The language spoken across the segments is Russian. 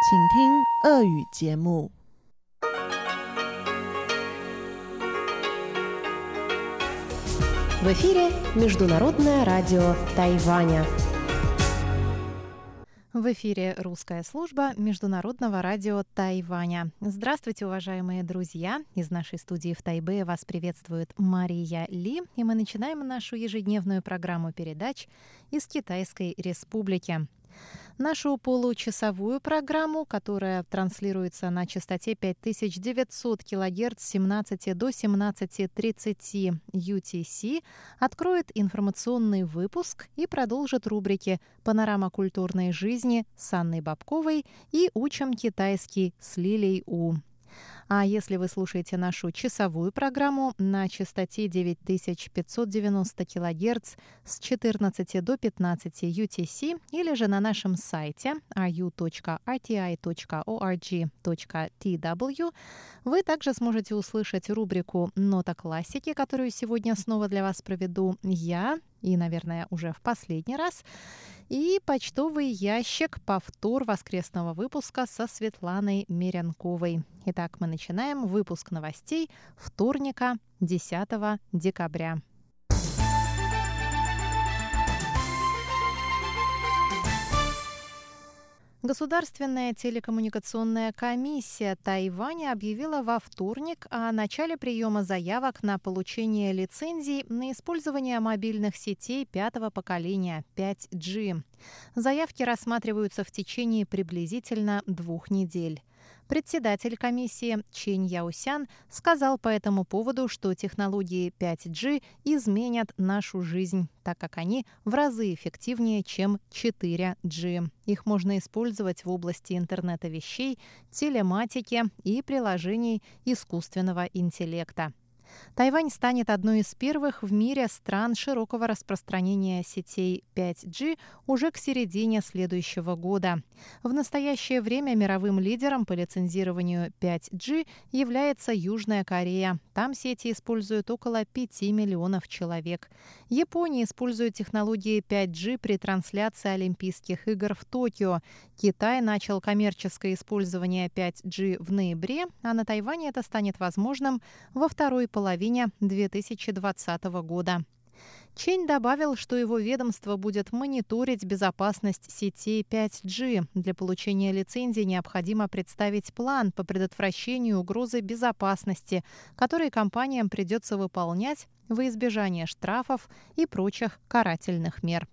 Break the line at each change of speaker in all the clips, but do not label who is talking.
请听俄语节目。
В эфире Международное радио Тайваня.
В эфире русская служба Международного радио Тайваня. Здравствуйте, уважаемые друзья! Из нашей студии в Тайбэе вас приветствует Мария Ли, и мы начинаем нашу ежедневную программу передач из Китайской Республики. Нашу получасовую программу, которая транслируется на частоте 5900 кГц с 17 до 17:30 UTC, откроет информационный выпуск и продолжит рубрики «Панорама культурной жизни» с Анной Бабковой и «Учим китайский» с Лилей У. А если вы слушаете нашу часовую программу на частоте 9590 кГц с 14 до 15 UTC или же на нашем сайте ru.rti.org.tw, вы также сможете услышать рубрику «Нота классики», которую сегодня снова для вас проведу я, и, наверное, уже в последний раз, и почтовый ящик «Повтор воскресного выпуска» со Светланой Меренковой. Итак, мы начинаем выпуск новостей вторника, 10 декабря. Государственная телекоммуникационная комиссия Тайваня объявила во вторник о начале приема заявок на получение лицензий на использование мобильных сетей пятого поколения 5G. Заявки рассматриваются в течение приблизительно 2 недель. Председатель комиссии Чен Яосян сказал по этому поводу, что технологии 5G изменят нашу жизнь, так как они в разы эффективнее, чем 4G. Их можно использовать в области интернета вещей, телематики и приложений искусственного интеллекта. Тайвань станет одной из первых в мире стран широкого распространения сетей 5G уже к середине следующего года. В настоящее время мировым лидером по лицензированию 5G является Южная Корея. Там сети используют около 5 миллионов человек. Япония использует технологии 5G при трансляции Олимпийских игр в Токио. Китай начал коммерческое использование 5G в ноябре, а на Тайване это станет возможным во второй половине 2020 года. Чень добавил, что его ведомство будет мониторить безопасность сетей 5G. Для получения лицензии необходимо представить план по предотвращению угрозы безопасности, который компаниям придется выполнять во избежание штрафов и прочих карательных мер.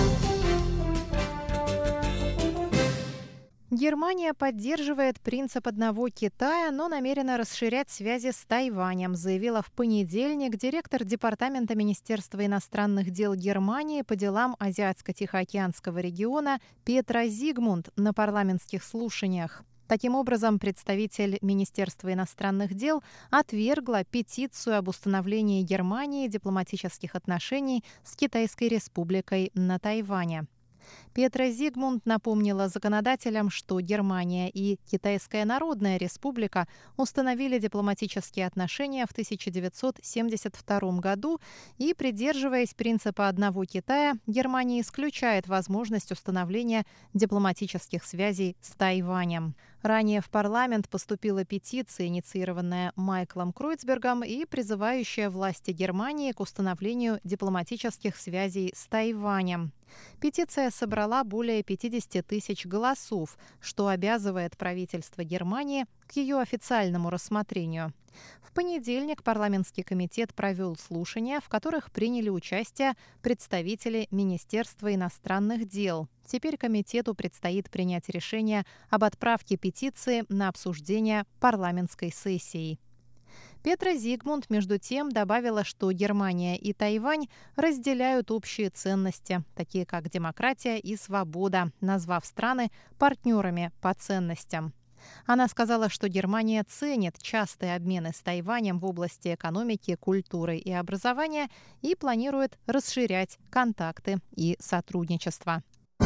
Германия поддерживает принцип одного Китая, но намерена расширять связи с Тайванем, заявила в понедельник директор Департамента Министерства иностранных дел Германии по делам Азиатско-Тихоокеанского региона Петра Зигмунд на парламентских слушаниях. Таким образом, представитель Министерства иностранных дел отвергла петицию об установлении Германии дипломатических отношений с Китайской Республикой на Тайване. Петра Зигмунд напомнила законодателям, что Германия и Китайская Народная Республика установили дипломатические отношения в 1972 году, и, придерживаясь принципа одного Китая, Германия исключает возможность установления дипломатических связей с Тайванем. Ранее в парламент поступила петиция, инициированная Майклом Кройцбергом и призывающая власти Германии к установлению дипломатических связей с Тайванем. Петиция собрала более 50 тысяч голосов, что обязывает правительство Германии к ее официальному рассмотрению. В понедельник парламентский комитет провел слушания, в которых приняли участие представители Министерства иностранных дел. Теперь комитету предстоит принять решение об отправке петиции на обсуждение парламентской сессией. Петра Зигмунд, между тем, добавила, что Германия и Тайвань разделяют общие ценности, такие как демократия и свобода, назвав страны партнерами по ценностям. Она сказала, что Германия ценит частые обмены с Тайванем в области экономики, культуры и образования и планирует расширять контакты и сотрудничество.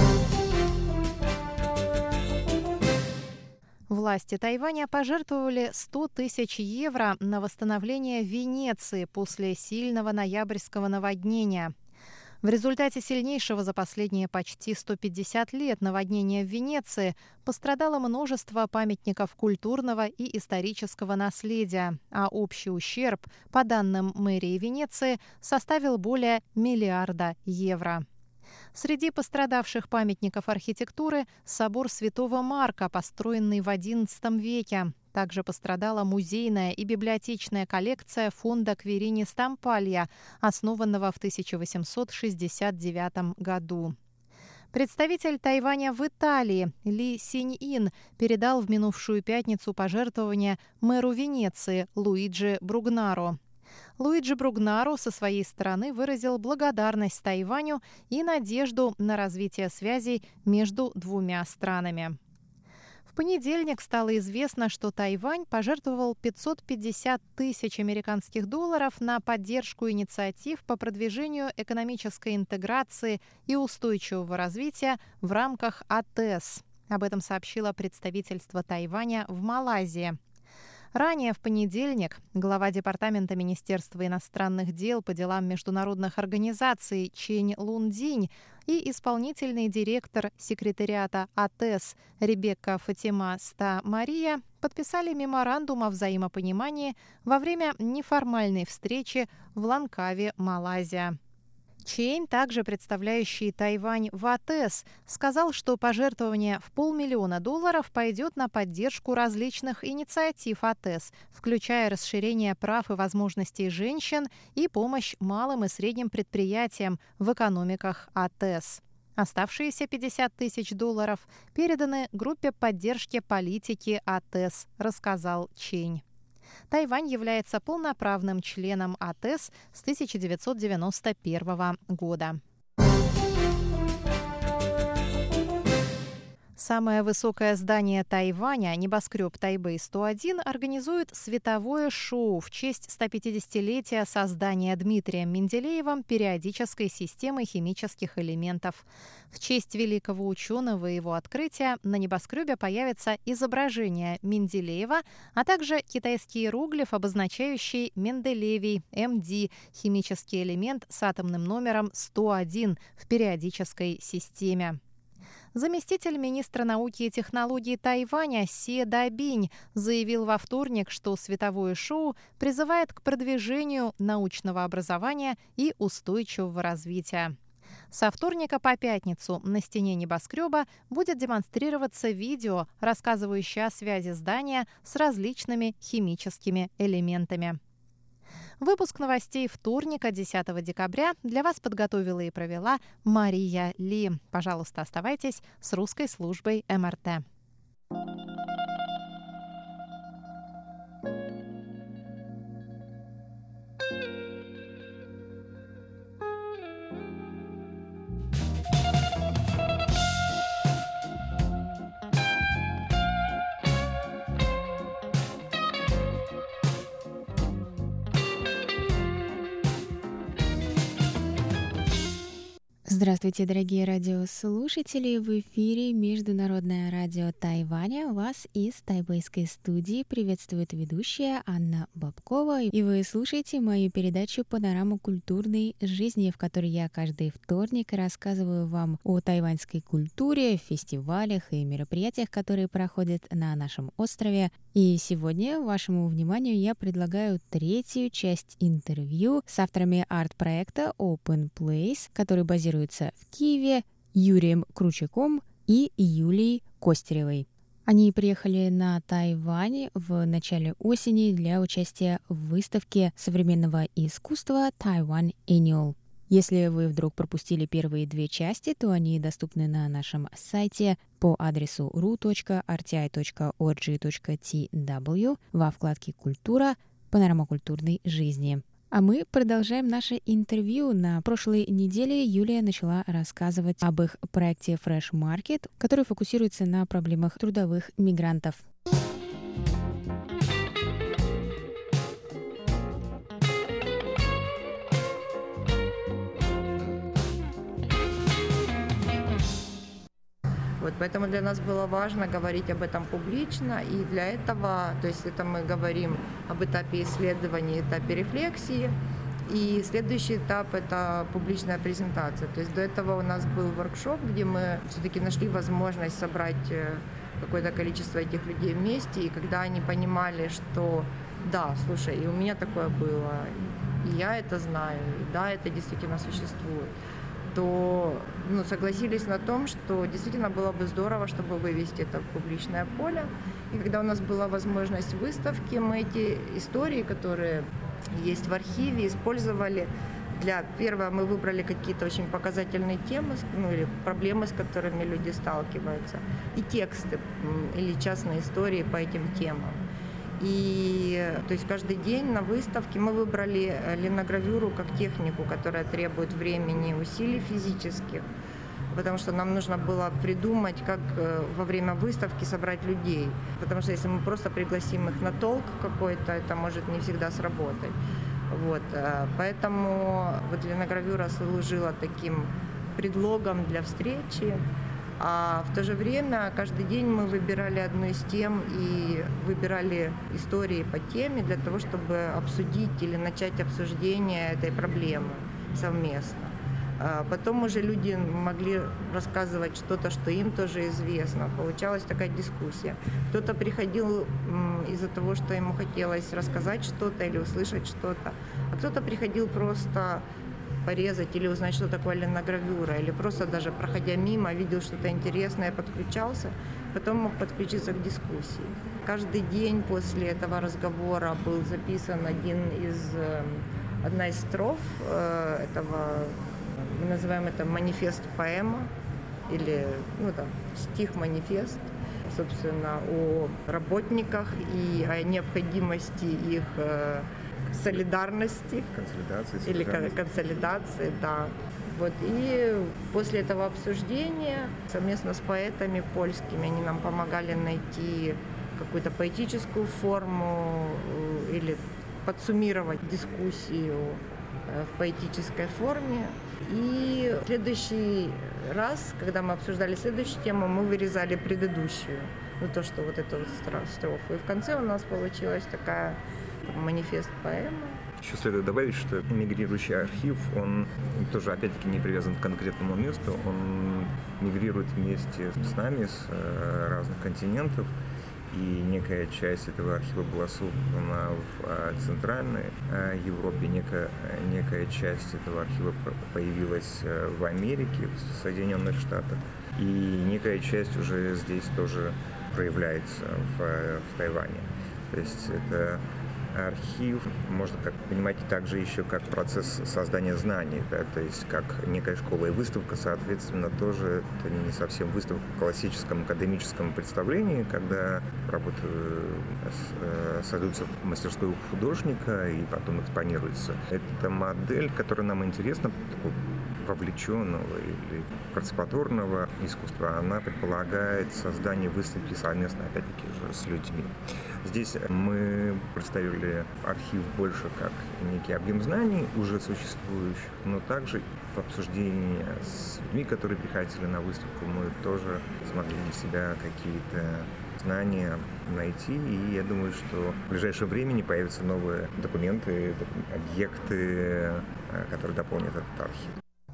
Власти Тайваня пожертвовали 100 тысяч евро на восстановление Венеции после сильного ноябрьского наводнения. В результате сильнейшего за последние почти 150 лет наводнения в Венеции пострадало множество памятников культурного и исторического наследия, а общий ущерб, по данным мэрии Венеции, составил более миллиарда евро. Среди пострадавших памятников архитектуры собор Святого Марка, построенный в XI веке. Также пострадала музейная и библиотечная коллекция фонда Кверини Стампалья, основанного в 1869 году. Представитель Тайваня в Италии Ли Синьин передал в минувшую пятницу пожертвования мэру Венеции Луиджи Бругнаро. Луиджи Бругнаро со своей стороны выразил благодарность Тайваню и надежду на развитие связей между двумя странами. В понедельник стало известно, что Тайвань пожертвовал 550 тысяч американских долларов на поддержку инициатив по продвижению экономической интеграции и устойчивого развития в рамках АТЭС. Об этом сообщило представительство Тайваня в Малайзии. Ранее в понедельник глава Департамента Министерства иностранных дел по делам международных организаций Чень Лун-Динь и исполнительный директор секретариата АТЭС Ребекка Фатима Ста Мария подписали меморандум о взаимопонимании во время неформальной встречи в Ланкаве, Малайзия. Чейн, также представляющий Тайвань в АТЭС, сказал, что пожертвование в $500 000 пойдет на поддержку различных инициатив АТЭС, включая расширение прав и возможностей женщин и помощь малым и средним предприятиям в экономиках АТЭС. Оставшиеся $50 тысяч переданы группе поддержки политики АТЭС, рассказал Чень. Тайвань является полноправным членом АТЭС с 1991 года. Самое высокое здание Тайваня, небоскреб Тайбэй-101, организует световое шоу в честь 150-летия создания Дмитрием Менделеевым периодической системы химических элементов. В честь великого ученого и его открытия на небоскребе появится изображение Менделеева, а также китайский иероглиф, обозначающий Менделевий, МД, химический элемент с атомным номером 101 в периодической системе. Заместитель министра науки и технологий Тайваня Се Дабинь заявил во вторник, что световое шоу призывает к продвижению научного образования и устойчивого развития. Со вторника по пятницу на стене небоскреба будет демонстрироваться видео, рассказывающее о связи здания с различными химическими элементами. Выпуск новостей вторника, 10 декабря, для вас подготовила и провела Мария Ли. Пожалуйста, оставайтесь с русской службой МРТ.
Здравствуйте, дорогие радиослушатели! В эфире Международное радио Тайваня. Вас из тайбэйской студии приветствует ведущая Анна Бабкова. И вы слушаете мою передачу «Панорама культурной жизни», в которой я каждый вторник рассказываю вам о тайваньской культуре, фестивалях и мероприятиях, которые проходят на нашем острове. И сегодня вашему вниманию я предлагаю третью часть интервью с авторами арт-проекта Open Place, который базируется в Киеве, Юрием Кручаком и Юлией Костеревой. Они приехали на Тайвань в начале осени для участия в выставке современного искусства Taiwan Annual. Если вы вдруг пропустили первые две части, то они доступны на нашем сайте по адресу ru.rti.org.tw во вкладке «Культура. Панорама культурной жизни». А мы продолжаем наше интервью. На прошлой неделе Юлия начала рассказывать об их проекте Fresh Market, который фокусируется на проблемах трудовых мигрантов.
Вот, поэтому для нас было важно говорить об этом публично, и для этого, то есть это мы говорим об этапе исследования, этапе рефлексии, И следующий этап – это публичная презентация. То есть до этого у нас был воркшоп, где мы все-таки нашли возможность собрать какое-то количество этих людей вместе. И когда они понимали, что да, слушай, и у меня такое было, и я это знаю, и да, это действительно существует, то согласились на том, что действительно было бы здорово, чтобы вывести это в публичное поле. И когда у нас была возможность выставки, мы эти истории, которые есть в архиве, использовали первое, мы выбрали какие-то очень показательные темы, или проблемы, с которыми люди сталкиваются, и тексты или частные истории по этим темам. И то есть каждый день на выставке мы выбрали линогравюру как технику, которая требует времени, усилий физических, потому что нам нужно было придумать, как во время выставки собрать людей. Потому что если мы просто пригласим их на толк какой-то, это может не всегда сработать. Поэтому линогравюра служила таким предлогом для встречи. А в то же время каждый день мы выбирали одну из тем и выбирали истории по теме для того, чтобы обсудить или начать обсуждение этой проблемы совместно. Потом уже люди могли рассказывать что-то, что им тоже известно. Получалась такая дискуссия. Кто-то приходил из-за того, что ему хотелось рассказать что-то или услышать что-то, а кто-то приходил просто порезать или узнать, что такое линогравюра, или просто даже проходя мимо, видел что-то интересное, подключался, потом мог подключиться к дискуссии. Каждый день после этого разговора был записан одна из строф этого, мы называем это манифест-поэма, или стих-манифест, собственно, о работниках и о необходимости их солидарности или консолидации, да. И после этого обсуждения совместно с поэтами польскими они нам помогали найти какую-то поэтическую форму или подсуммировать дискуссию в поэтической форме. И в следующий раз, когда мы обсуждали следующую тему, мы вырезали предыдущую, эту строфу. И в конце у нас получилась такая манифест-поэма.
Еще следует добавить, что мигрирующий архив, он тоже, опять-таки, не привязан к конкретному месту, он мигрирует вместе с нами, с разных континентов, и некая часть этого архива была создана в Центральной Европе, некая часть этого архива появилась в Америке, в Соединенных Штатах, и некая часть уже здесь тоже проявляется в Тайване. То есть это архив можно понимать также еще как процесс создания знаний, да, то есть как некая школа и выставка, соответственно, тоже это не совсем выставка в классическом академическом представлении, когда работы создаются в мастерской художника и потом экспонируются. Это модель, которая нам интересна, такого вовлеченного или парticipаторного искусства, она предполагает создание выставки совместно, опять-таки, уже с людьми. Здесь мы представили архив больше как некий объем знаний, уже существующих, но также в обсуждении с людьми, которые приходили на выставку, мы тоже смогли для себя какие-то знания найти, и я думаю, что в ближайшее время появятся новые документы, объекты, которые дополнят этот архив.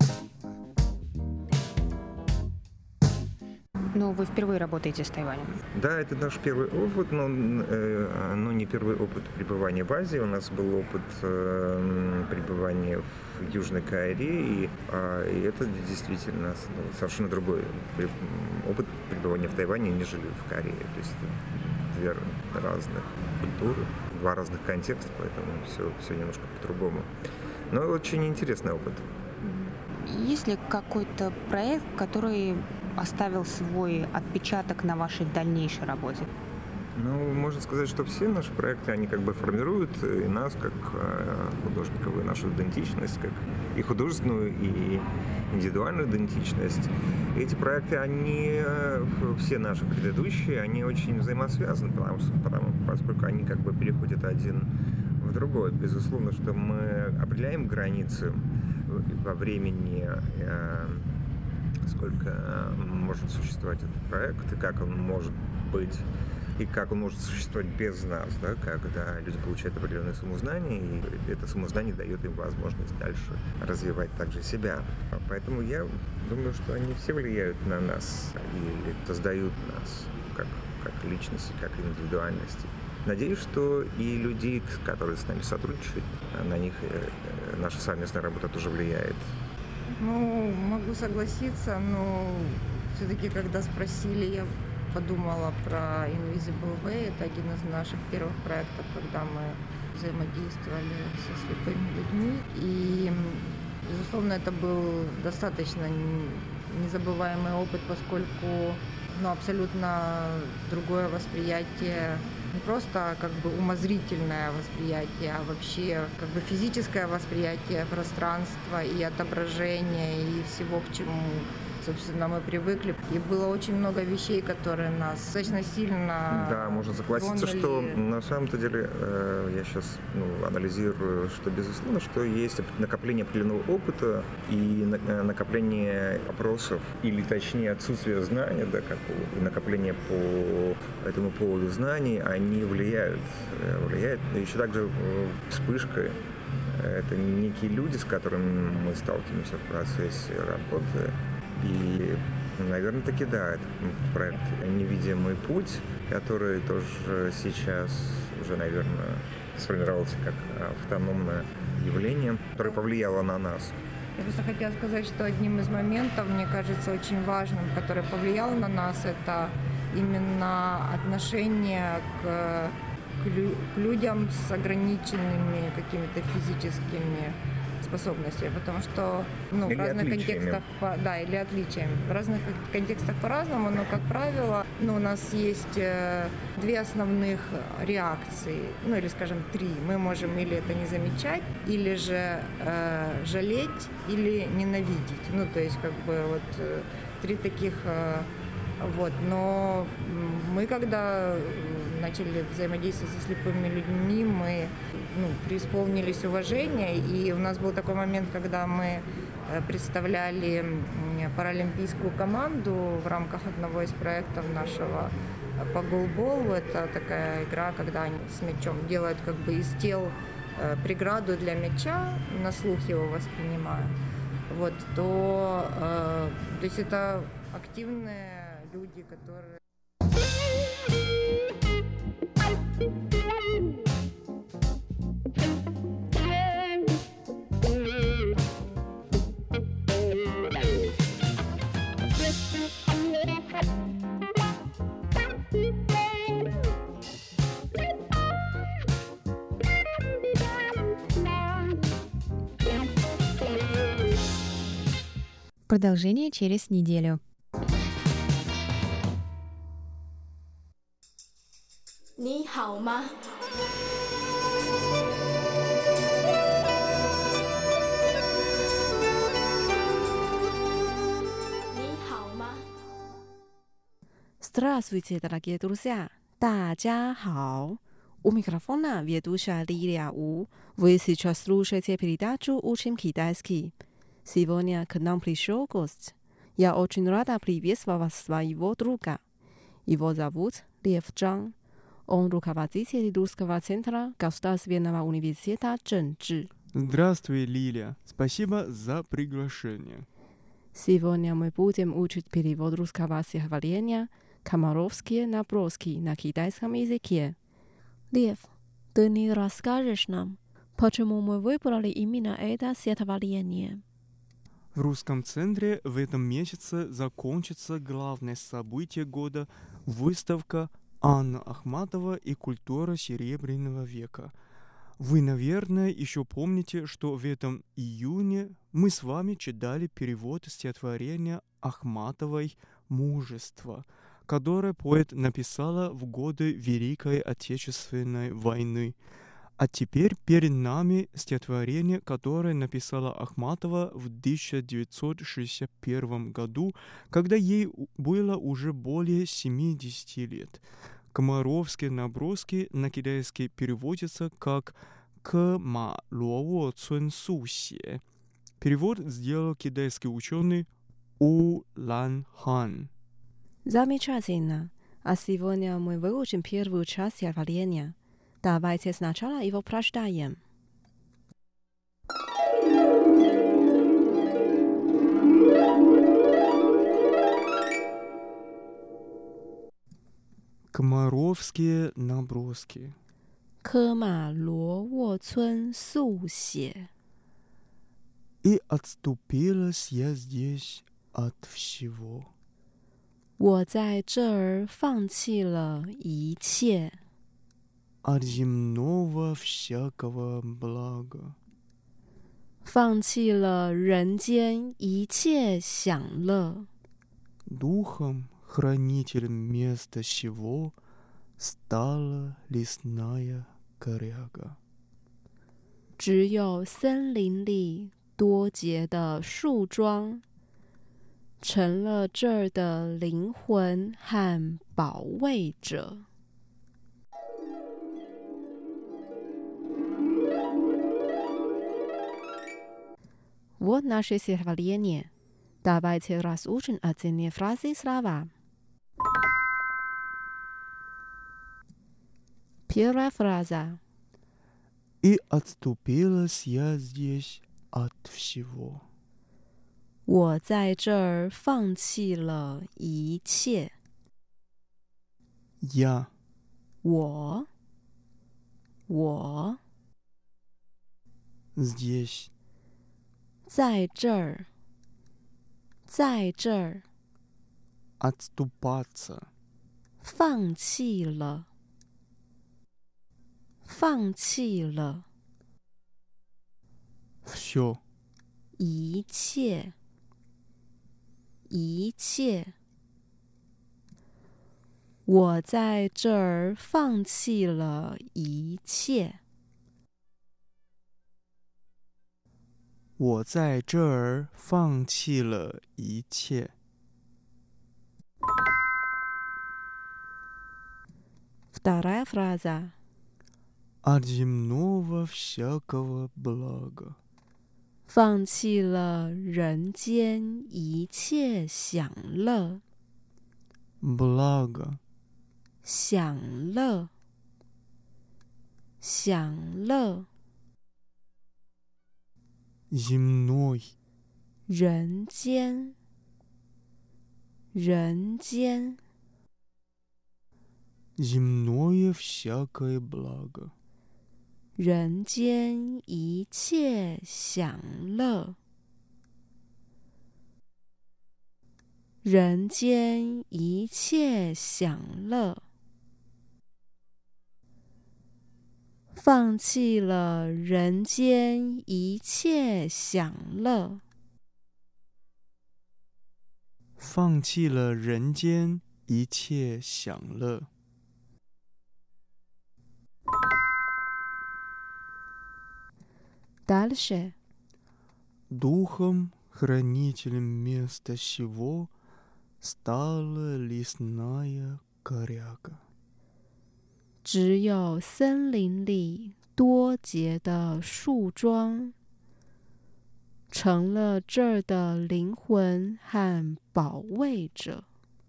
Но вы впервые работаете с Тайванем?
Да, это наш первый опыт, но не первый опыт пребывания в Азии. У нас был опыт пребывания в Южной Корее, и это действительно совершенно другой опыт пребывания в Тайване, нежели в Корее. То есть это две разных культуры, два разных контекста, поэтому все немножко по-другому. Но очень интересный опыт.
Есть ли какой-то проект, который оставил свой отпечаток на вашей дальнейшей работе?
Можно сказать, что все наши проекты, они формируют и нас, как художников, и нашу идентичность, как и художественную, и индивидуальную идентичность. Эти проекты, все наши предыдущие, они очень взаимосвязаны, поскольку они переходят один в другой. Безусловно, что мы определяем границы во времени, сколько может существовать этот проект и как он может быть и как он может существовать без нас, да, когда люди получают определенное сумму знаний, и это сумма знаний дает им возможность дальше развивать также себя. Поэтому я думаю, что они все влияют на нас и создают нас как личности, как индивидуальности. Надеюсь, что и люди, которые с нами сотрудничают, на них наша совместная работа тоже влияет.
Ну, могу согласиться, но все-таки, когда спросили, я подумала про Invisible Way. Это один из наших первых проектов, когда мы взаимодействовали со слепыми людьми. И, безусловно, это был достаточно незабываемый опыт, поскольку абсолютно другое восприятие, не просто как бы умозрительное восприятие, а вообще как бы физическое восприятие пространства и отображения и всего, к чему, собственно, мы привыкли. И было очень много вещей, которые нас достаточно сильно
Да, можно согласиться,
тронули.
что на самом-то деле я сейчас анализирую, что безусловно, что есть накопление определенного опыта и накопление вопросов, или точнее отсутствие знания, да, и накопление по этому поводу знаний, они влияют. Еще также вспышка. Это некие люди, с которыми мы сталкиваемся в процессе работы. И, наверное, таки да, это проект «Невидимый путь», который тоже сейчас уже, наверное, сформировался как автономное явление, которое повлияло на нас.
Я просто хотела сказать, что одним из моментов, мне кажется, очень важным, который повлиял на нас, это именно отношение к людям с ограниченными какими-то физическими способностями, потому что в разных контекстах, или отличиями. В разных контекстах по-разному, но, как правило, у нас есть две основных реакции, или, скажем, три. Мы можем или это не замечать, или же жалеть, или ненавидеть. То есть, три таких. Но мы, когда начали взаимодействовать со слепыми людьми, мы преисполнились уважения, и у нас был такой момент, когда мы представляли паралимпийскую команду в рамках одного из проектов нашего по голболу. Это такая игра, когда они с мячом делают из тел преграду для мяча, на слух его воспринимают. То есть это активные люди, которые...
Продолжение через неделю.
你好吗？
Здравствуйте, дорогие друзья! 大家好! У микрофона ведущая Лилия У. Вы сейчас слушаете передачу «Учим китайский». Сегодня к нам пришел гость. Я очень рада приветствовать своего друга. Его зовут Лев Зhang. Он руководитель Русского центра Государственного университета Чжэнчжи.
Здравствуй, Лилия. Спасибо за приглашение.
Сегодня мы будем учить перевод русского стихотворения «Комаровские наброски» на китайском языке. Лев, ты не расскажешь нам, почему мы выбрали именно это стихотворение?
В Русском центре в этом месяце закончится главное событие года – выставка Анна Ахматова и культура Серебряного века. Вы, наверное, еще помните, что в этом июне мы с вами читали перевод стихотворения Ахматовой «Мужество», которое поэт написала в годы Великой Отечественной войны. А теперь перед нами стихотворение, которое написала Ахматова в 1961 году, когда ей было уже более 70 лет. Комаровские наброски на китайский переводятся как «К ма ло во цун су xie». Перевод сделал китайский ученый У Лан Хан.
Замечательно. А сегодня мы выучим первую часть стихотворения. Давайте сначала его прочитаем.
Комаровские наброски.
科马罗沃村速写
И отступилась я здесь от всего.
我在这儿放弃了一切
От земного всякого блага.
放弃了人间一切享乐
Духом, хранителем места сего, стала лесная коряга.
只有森林里多结的树桩成了这儿的灵魂和保卫者。Вот наше стихотворение. Давайте разучим отдельные фразы и слова. Первая фраза.
И отступилась я здесь от всего.
我在这儿放弃了一切。
Я
我
здесь
在这儿，在这儿
отступаться.
放弃了，放弃了
Все
一切，一切。我在这儿放弃了一切。
我在这儿放弃了一切。
Вторая фраза.
От земного всякого блага.
放弃了人间一切享乐，
Благо
享乐，享乐。
земной
人间，人间。
земное всякое благо.
人间一切享乐，人间一切享乐。放弃了人间一切享乐，
放弃了人间一切享乐。
Дальше.
Духом, хранителем места сего, стала лесная коряга.
只有森林里多结的树桩，成了这儿的灵魂和保卫者。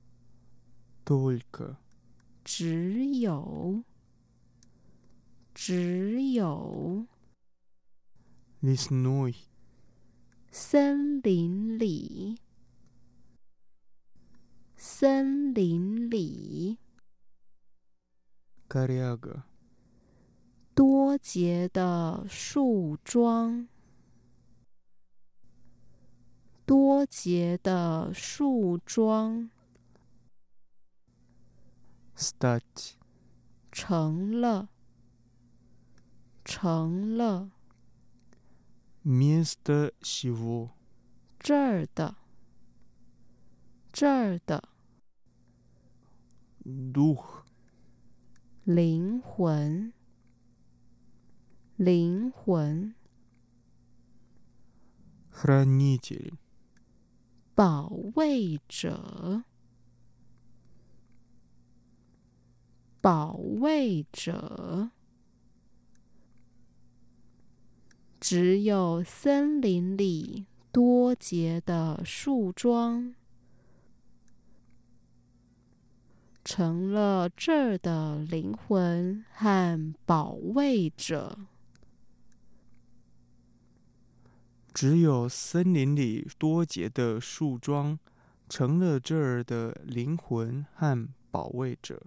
Только
只有
лесной
森林里，森林里
коряга.
多结的树桩，多结的树桩
Стать
成了，成了
место сего.
这儿的，这儿的
Дух
灵魂，灵魂
хранитель
保卫者，保卫者。只有森林里多结的树桩， 成了这儿的灵魂和保卫者。
只有森林里多结的树桩，成了这儿的灵魂和保卫者。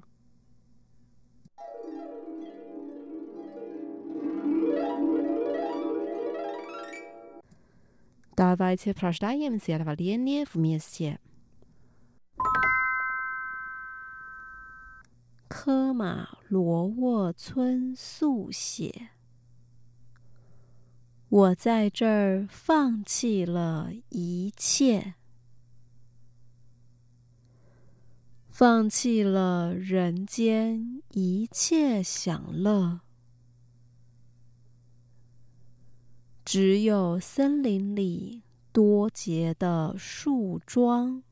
Давайте прочитаем стихотворение вместе. 科马罗沃村速写。我在这儿放弃了一切，放弃了人间一切享乐，只有森林里多结的树桩，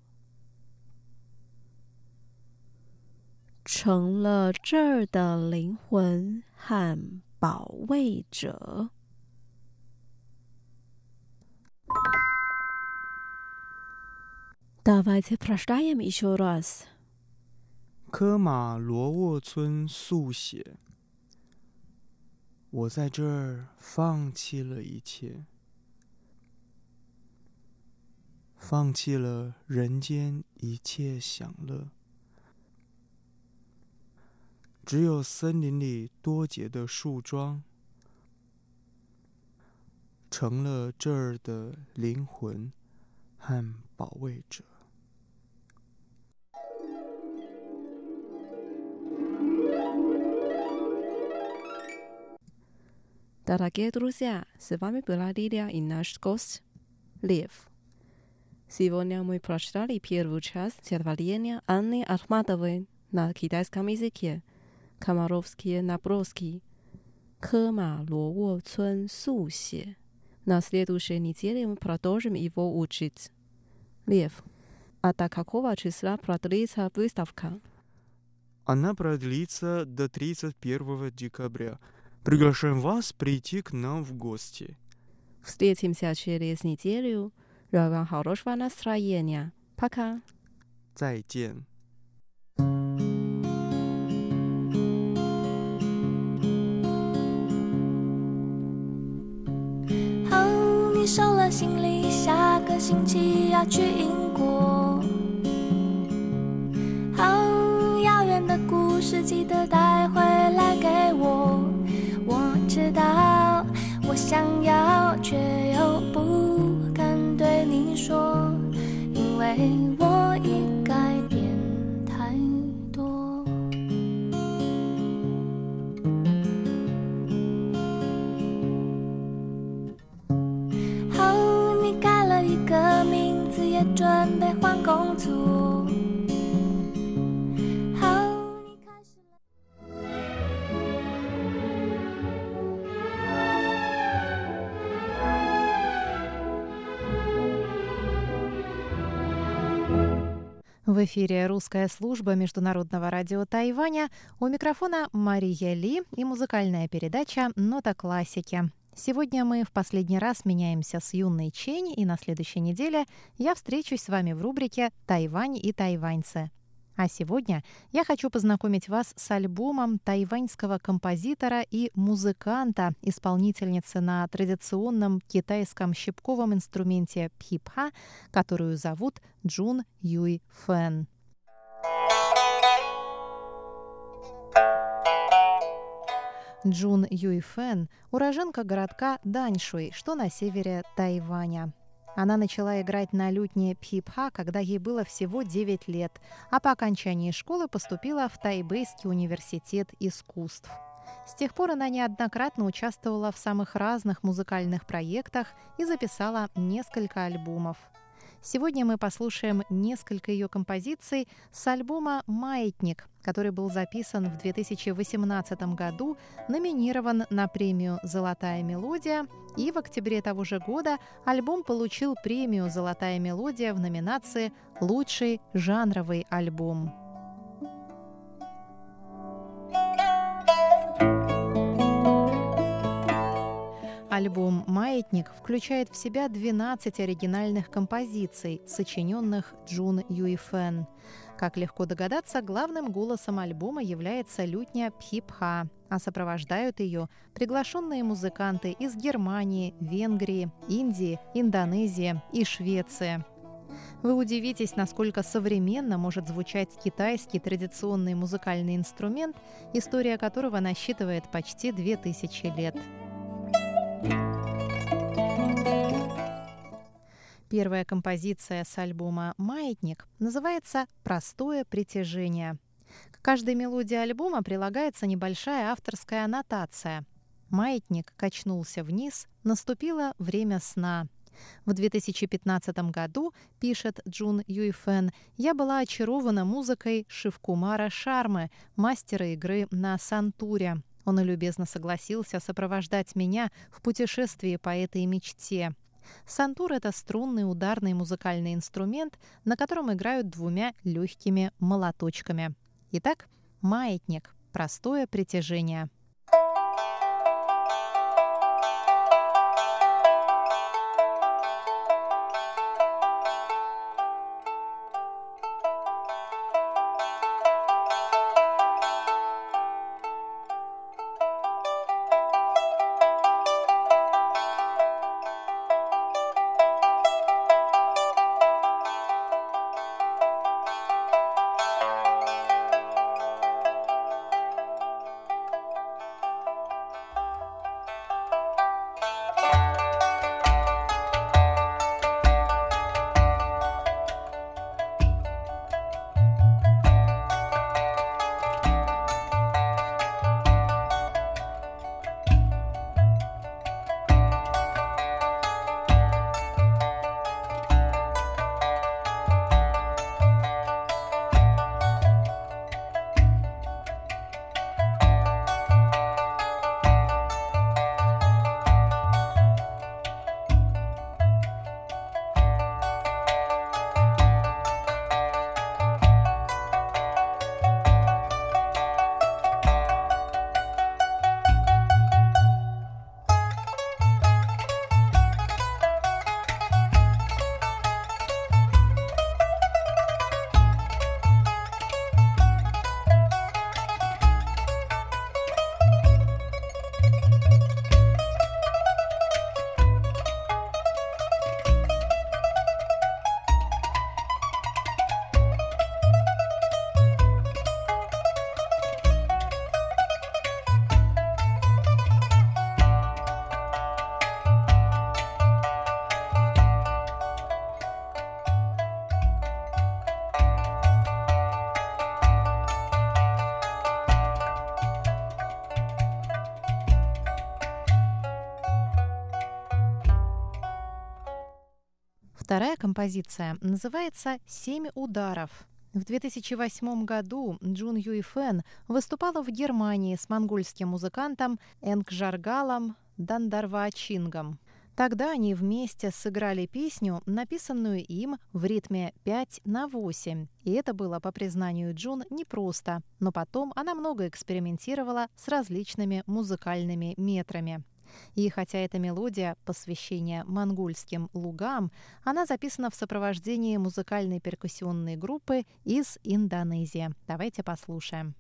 成了这儿的灵魂和保卫者。Давайте прочитаем еще раз.
科马罗沃村速写。我在这儿放弃了一切，放弃了人间一切享乐，只有森林里多结的树桩，成了这儿的灵魂和保卫者。
Дорогие друзья, с вами была Лилия и наш гость Лев. Сегодня мы прочитали первую часть стихотворения Анны Ахматовой на китайском языке «Комаровские наброски» «Кэма Луо Цун Су Xie». На следующей неделе мы продолжим его учить. Лев, а до какого числа продлится выставка?
Она продлится до 31 декабря. Приглашаем вас прийти к нам в гости.
Встретимся через неделю. Желаю вам хорошего настроения. Пока.
再见。
好，你收了行李，下个星期要去英国。好，遥远的故事记得带回来给我。我知道，我想要，却又不敢对你说，因为我已改变太多。好，你改了一个名字，也准备换工作。
В эфире русская служба Международного радио Тайваня. У микрофона Мария Ли и музыкальная передача «Нота классики». Сегодня мы в последний раз меняемся с Юной Чень, и на следующей неделе я встречусь с вами в рубрике «Тайвань и тайваньцы». А сегодня я хочу познакомить вас с альбомом тайваньского композитора и музыканта, исполнительницы на традиционном китайском щипковом инструменте пхипха, которую зовут Джун Юй Фэн. Джун Юй Фэн – уроженка городка Даньшуй, что на севере Тайваня. Она начала играть на лютне пхипха, когда ей было всего 9 лет, а по окончании школы поступила в Тайбэйский университет искусств. С тех пор она неоднократно участвовала в самых разных музыкальных проектах и записала несколько альбомов. Сегодня мы послушаем несколько ее композиций с альбома «Маятник», который был записан в 2018 году, номинирован на премию «Золотая мелодия», и в октябре того же года альбом получил премию «Золотая мелодия» в номинации «Лучший жанровый альбом». Альбом «Маятник» включает в себя 12 оригинальных композиций, сочиненных Джун Юй Фэн. Как легко догадаться, главным голосом альбома является лютня Пхипха, а сопровождают ее приглашенные музыканты из Германии, Венгрии, Индии, Индонезии и Швеции. Вы удивитесь, насколько современно может звучать китайский традиционный музыкальный инструмент, история которого насчитывает почти 2000 лет. Первая композиция с альбома «Маятник» называется «Простое притяжение». К каждой мелодии альбома прилагается небольшая авторская аннотация. Маятник качнулся вниз, наступило время сна. В 2015 году, пишет Джун Юйфэн, я была очарована музыкой Шивкумара Шармы, мастера игры на сантуре. Он любезно согласился сопровождать меня в путешествии по этой мечте. Сантур – это струнный ударный музыкальный инструмент, на котором играют двумя легкими молоточками. Итак, маятник – простое притяжение. Вторая композиция называется «Семь ударов». В 2008 году Джун Юйфэн выступала в Германии с монгольским музыкантом Энгжаргалом Дандарвачингом. Тогда они вместе сыграли песню, написанную им в ритме 5/8. И это было, по признанию Джун, непросто, но потом она много экспериментировала с различными музыкальными метрами. И хотя эта мелодия – посвящение монгольским лугам, она записана в сопровождении музыкальной перкуссионной группы из Индонезии. Давайте послушаем.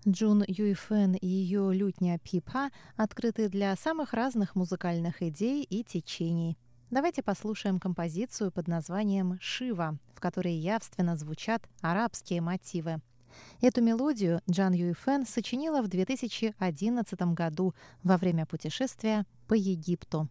Джун Юйфэн и ее лютня Пипа открыты для самых разных музыкальных идей и течений. Давайте послушаем композицию под названием «Шива», в которой явственно звучат арабские мотивы. Эту мелодию Джан Юйфэн сочинила в 2011 году во время путешествия по Египту.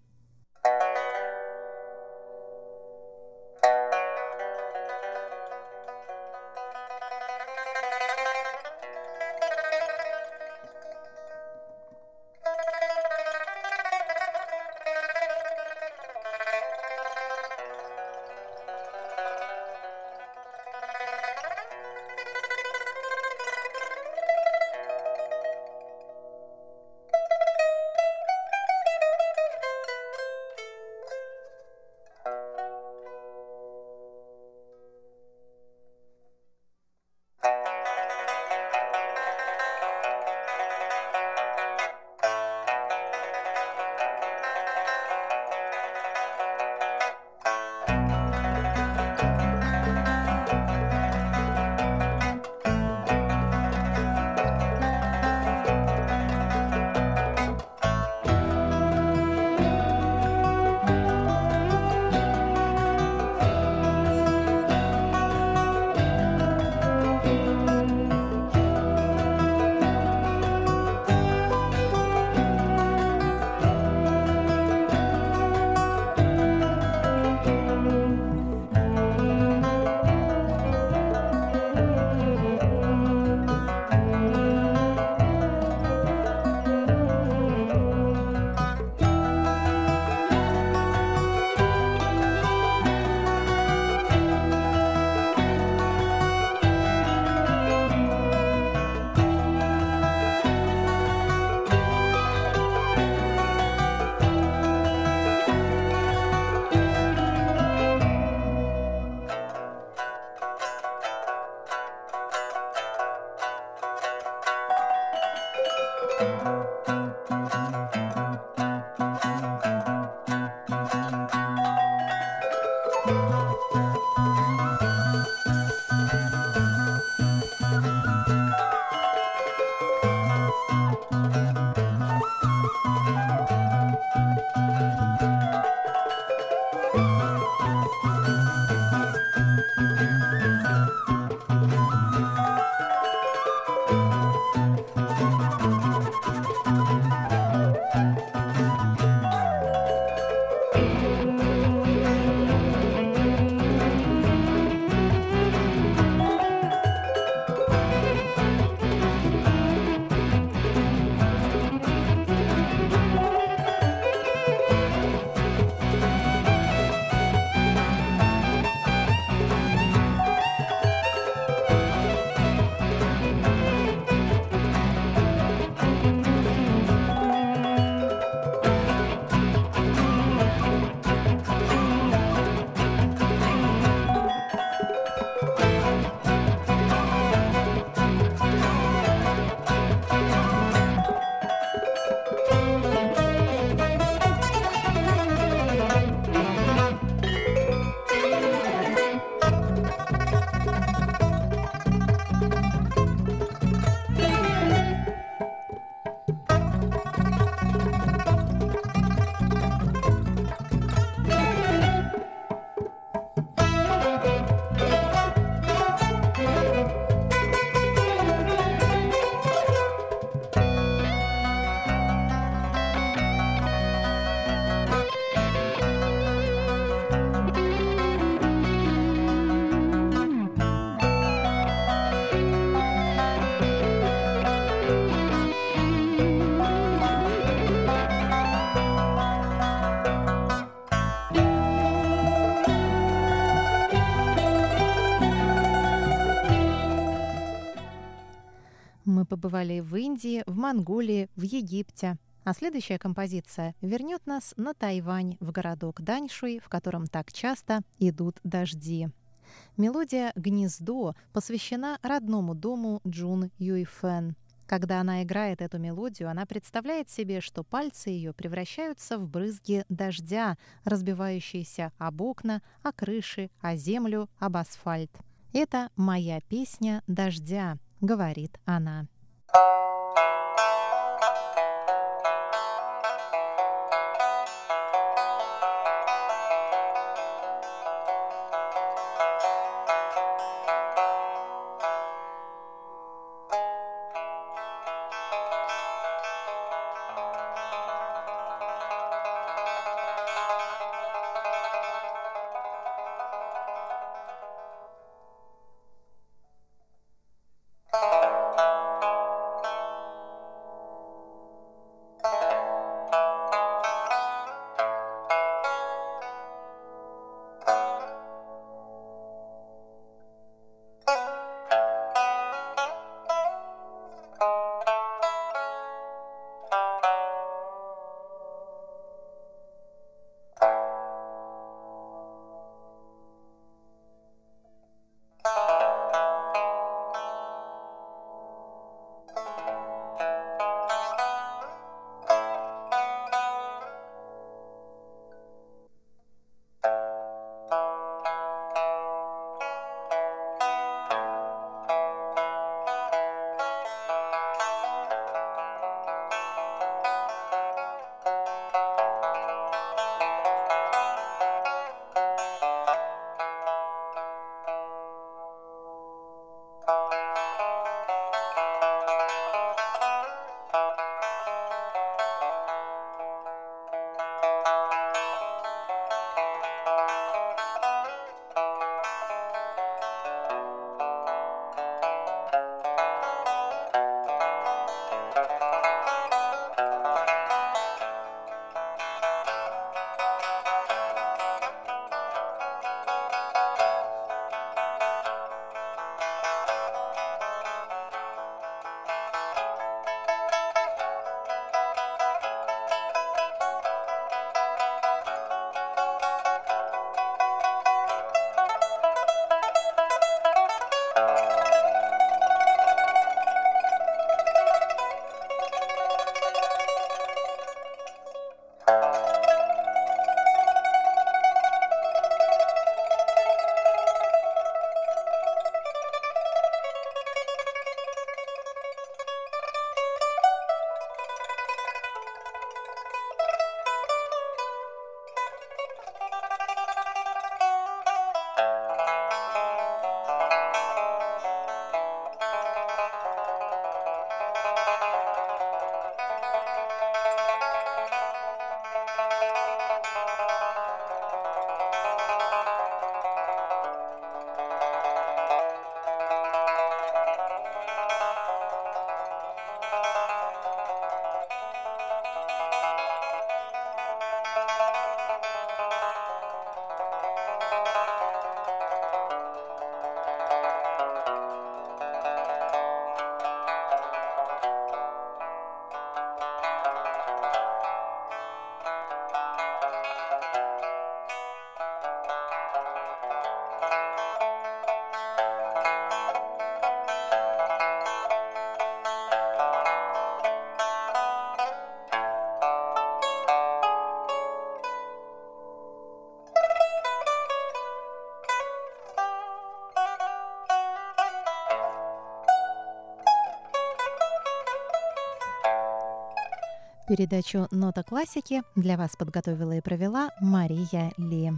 Мы побывали в Индии, в Монголии, в Египте. А следующая композиция вернет нас на Тайвань, в городок Даньшуй, в котором так часто идут дожди. Мелодия «Гнездо» посвящена родному дому Джун Юйфэн. Когда она играет эту мелодию, она представляет себе, что пальцы ее превращаются в брызги дождя, разбивающиеся об окна, о крыши, о землю, об асфальт. «Это моя песня дождя», — говорит она. Передачу «Нота классики» для вас подготовила и провела Мария Ли.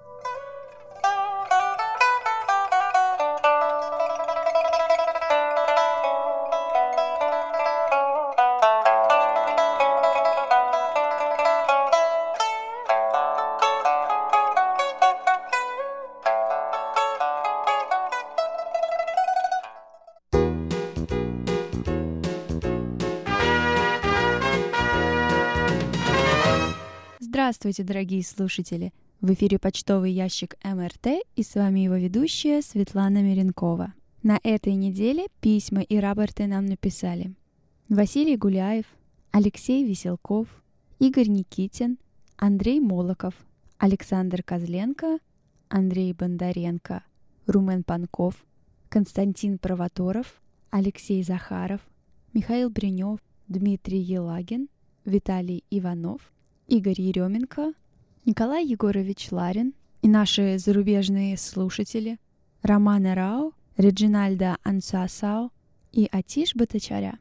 Здравствуйте, дорогие слушатели! В эфире почтовый ящик МРТ, и с вами его ведущая Светлана Миренкова. На этой неделе письма и рапорты нам написали Василий Гуляев, Алексей Веселков, Игорь Никитин, Андрей Молоков, Александр Козленко, Андрей Бондаренко, Румен Панков, Константин Провоторов, Алексей Захаров, Михаил Бринев, Дмитрий Елагин, Виталий Иванов, Игорь Еременко, Николай Егорович Ларин и наши зарубежные слушатели Романа Рау, Реджинальда Ансасау и Атиш Батачаря.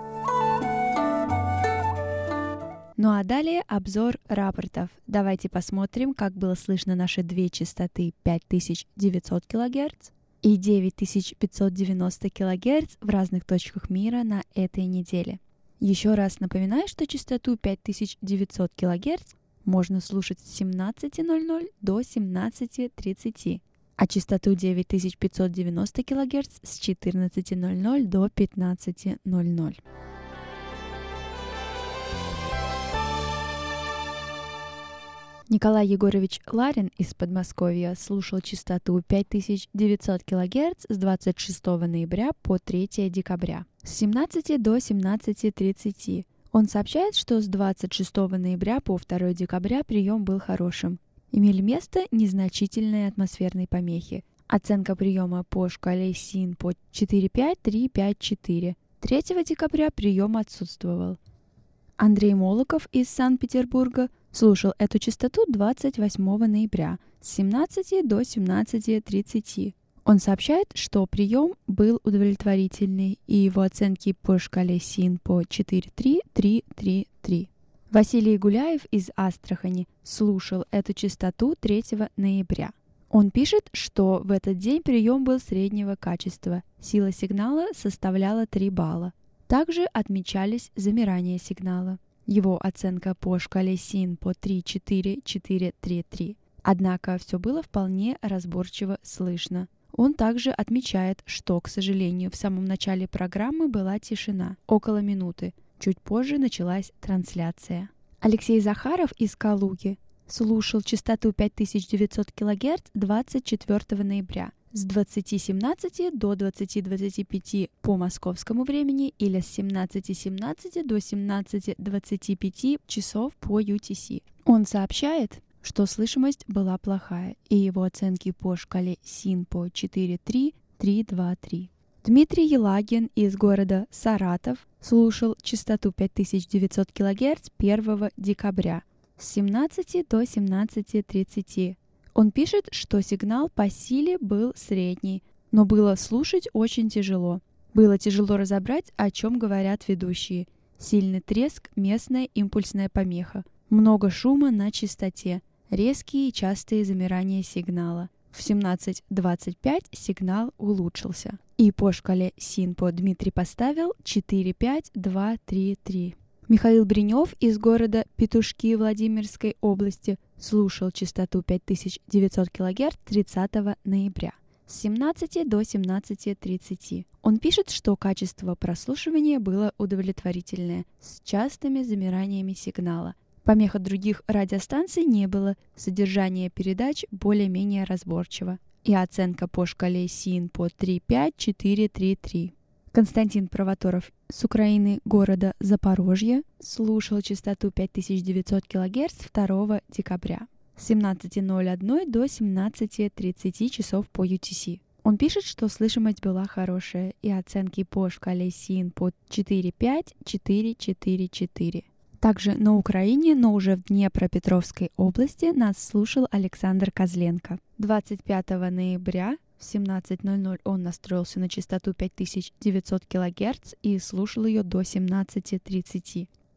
Ну а далее обзор рапортов. Давайте посмотрим, как было слышно наши две частоты 5900 кГц и 9590 кГц в разных точках мира на этой неделе. Еще раз напоминаю, что частоту 5900 кГц можно слушать с 17:00 до 17:30, а частоту 9590 кГц с 14:00 до 15:00. Николай Егорович Ларин из Подмосковья слушал частоту 5900 кГц с 26 ноября по 3 декабря с 17 до 17:30. Он сообщает, что с 26 ноября по 2 декабря прием был хорошим. Имели место незначительные атмосферные помехи. Оценка приема по шкале СИН-По 4,5, 3,5, 4. 3 декабря прием отсутствовал. Андрей Молоков из Санкт-Петербурга слушал эту частоту 28 ноября с 17 до 17:30. Он сообщает, что прием был удовлетворительный, и его оценки по шкале СИН-По 4,3, 3,3. Василий Гуляев из Астрахани слушал эту частоту 3 ноября. Он пишет, что в этот день прием был среднего качества, сила сигнала составляла 3 балла. Также отмечались замирания сигнала. Его оценка по шкале СИН-По 3,4, 4,3,3. Однако все было вполне разборчиво слышно. Он также отмечает, что, к сожалению, в самом начале программы была тишина, около минуты. Чуть позже началась трансляция. Алексей Захаров из Калуги слушал частоту 5900 кГц 24 ноября с 20:17 до 20:25 по московскому времени или с 17:17 до 17:25 часов по UTC. Он сообщает, что слышимость была плохая, и его оценки по шкале СИН-По 4,3, 3,2,3. Дмитрий Елагин из города Саратов слушал частоту 5900 кГц 1 декабря с 17 до 17:30. Он пишет, что сигнал по силе был средний, но было слушать очень тяжело. Было тяжело разобрать, о чем говорят ведущие. Сильный треск, местная импульсная помеха. Много шума на частоте. Резкие и частые замирания сигнала. В 17:25 сигнал улучшился. И по шкале СИН-По Дмитрий поставил 4,5, 2, 3, 3. Михаил Бринев из города Петушки Владимирской области слушал частоту 5900 кГц 30 ноября с 17 до 17:30. Он пишет, что качество прослушивания было удовлетворительное, с частыми замираниями сигнала. Помех от других радиостанций не было, содержание передач более-менее разборчиво. И оценка по шкале СИН-По 3,5, 4,3,3. Константин Провоторов с Украины, города Запорожье, слушал частоту 5900 кГц 2 декабря с 17:01 до 17:30 часов по UTC. Он пишет, что слышимость была хорошая, и оценки по шкале СИН-По 4,5, 4,4,4. Также на Украине, но уже в Днепропетровской области, нас слушал Александр Козленко. 25 ноября в 17:00 он настроился на частоту 5900 кГц и слушал ее до 17:30.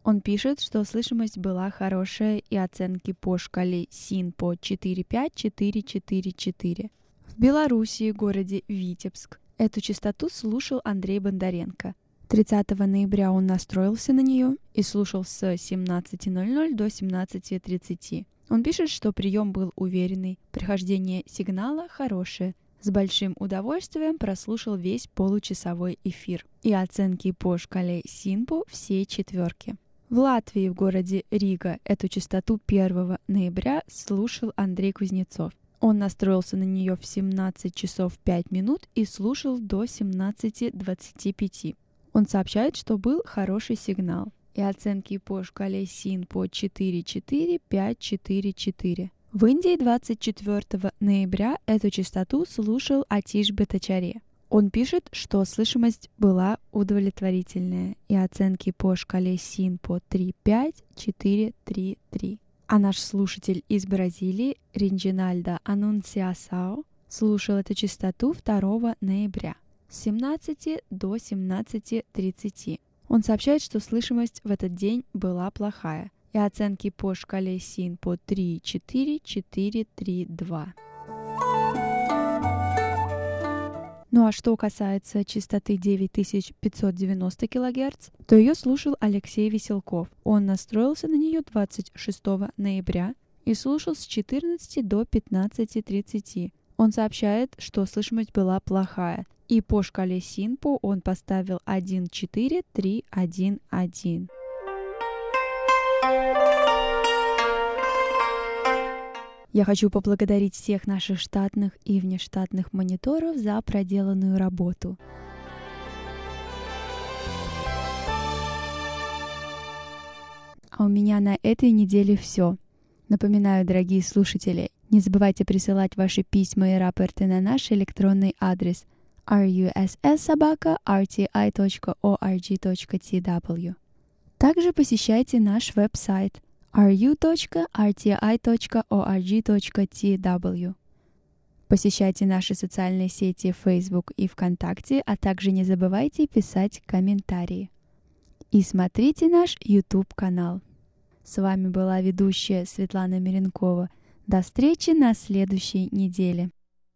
Он пишет, что слышимость была хорошая и оценки по шкале СИНПО 4-5-4-4-4. В Белоруссии, городе Витебск, эту частоту слушал Андрей Бондаренко. 30 ноября он настроился на нее и слушал с 17:00 до 17:30. Он пишет, что прием был уверенный, прохождение сигнала хорошее. С большим удовольствием прослушал весь получасовой эфир. И оценки по шкале СИНПО все 4. В Латвии, в городе Рига, эту частоту 1 ноября слушал Андрей Кузнецов. Он настроился на нее в 17 часов 5 минут и слушал до 17:25. Он сообщает, что был хороший сигнал. И оценки по шкале СИНПО 4-4-5-4-4. В Индии 24 ноября эту частоту слушал Атиш Бхаттачарья. Он пишет, что слышимость была удовлетворительная, и оценки по шкале СИНПО 3-5-4-3-3. А наш слушатель из Бразилии, Ринджинальдо Анунсиасао, слушал эту частоту 2 ноября с 17 до 17:30. Он сообщает, что слышимость в этот день была плохая, и оценки по шкале СИНПО 3-4-4-3-2. Ну а что касается частоты 9590 кГц, то ее слушал Алексей Веселков. Он настроился на нее 26 ноября и слушал с 14 до 15:30. Он сообщает, что слышимость была плохая, и по шкале СИНПО он поставил 1-4-3-1-1. Я хочу поблагодарить всех наших штатных и внештатных мониторов за проделанную работу. А у меня на этой неделе все. Напоминаю, дорогие слушатели, не забывайте присылать ваши письма и рапорты на наш электронный адрес russ@rti.org.tw. Также посещайте наш веб-сайт ru.rti.org.tw. Посещайте наши социальные сети Facebook и ВКонтакте, а также не забывайте писать комментарии. И смотрите наш YouTube-канал. С вами была ведущая Светлана Миренкова. До встречи на следующей неделе.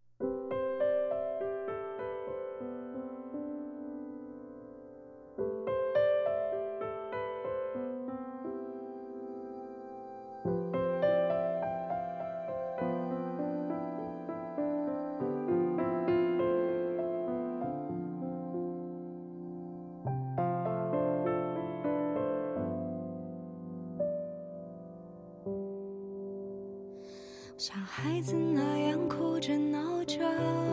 像孩子那样哭着闹着，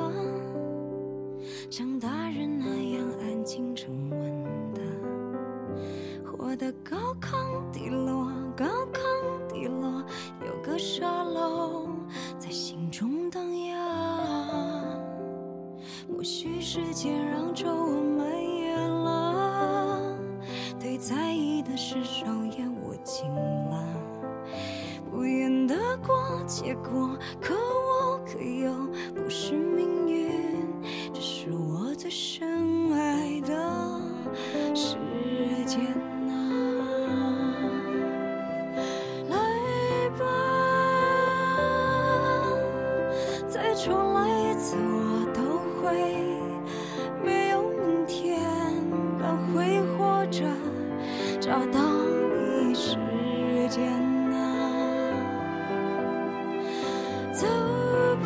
像大人那样安静沉稳的，活得高亢低落，高亢低落，有个沙漏在心中荡漾。或许时间让皱纹蔓延了，对在意的事手也握紧了。不愿得过结果，可我可又不是命运，这是我最深爱的时间啊。来吧，再重来一次我都会，没有明天，但会活着找到你时间。走吧，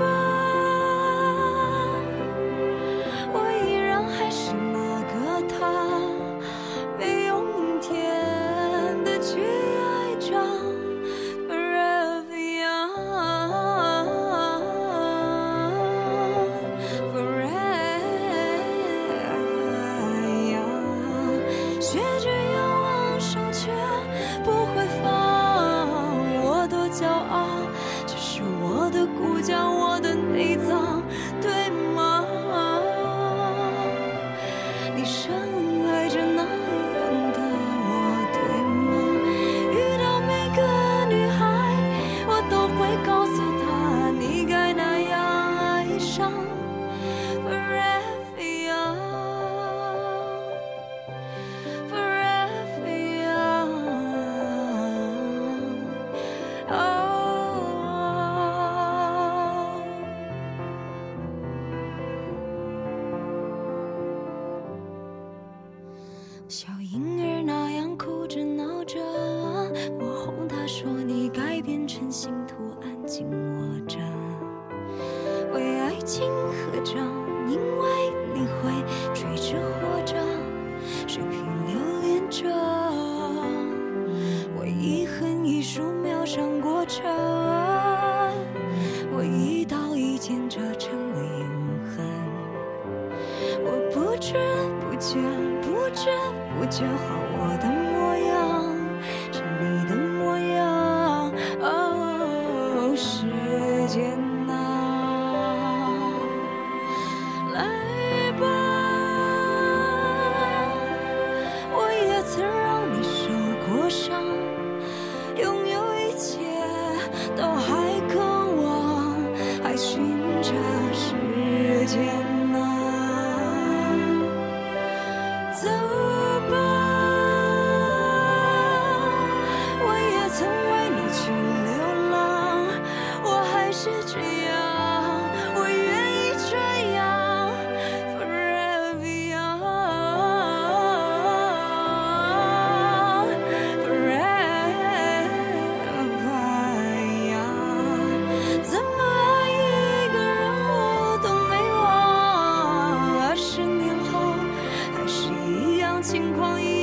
我依然还是那个他，没有明天的去爱着 Forever young， 学着仰望手小婴儿那样哭着闹着，我哄他说你该变成星图安静握着，为爱情合掌，因为你会追着活着，水平留恋着，为遗恨一束秒上过程，我一刀一剑折成了永恒，我不知不觉不知不觉好我的模样是你的模样，哦，时间啊，来吧，我也曾让你受过伤，拥有一切都还渴望，还寻着时间啊，走吧，我也曾为你去流浪，我还是这样，我愿意这样 forever young forever young， 怎么爱一个人我都没忘，20年后还是一样情况。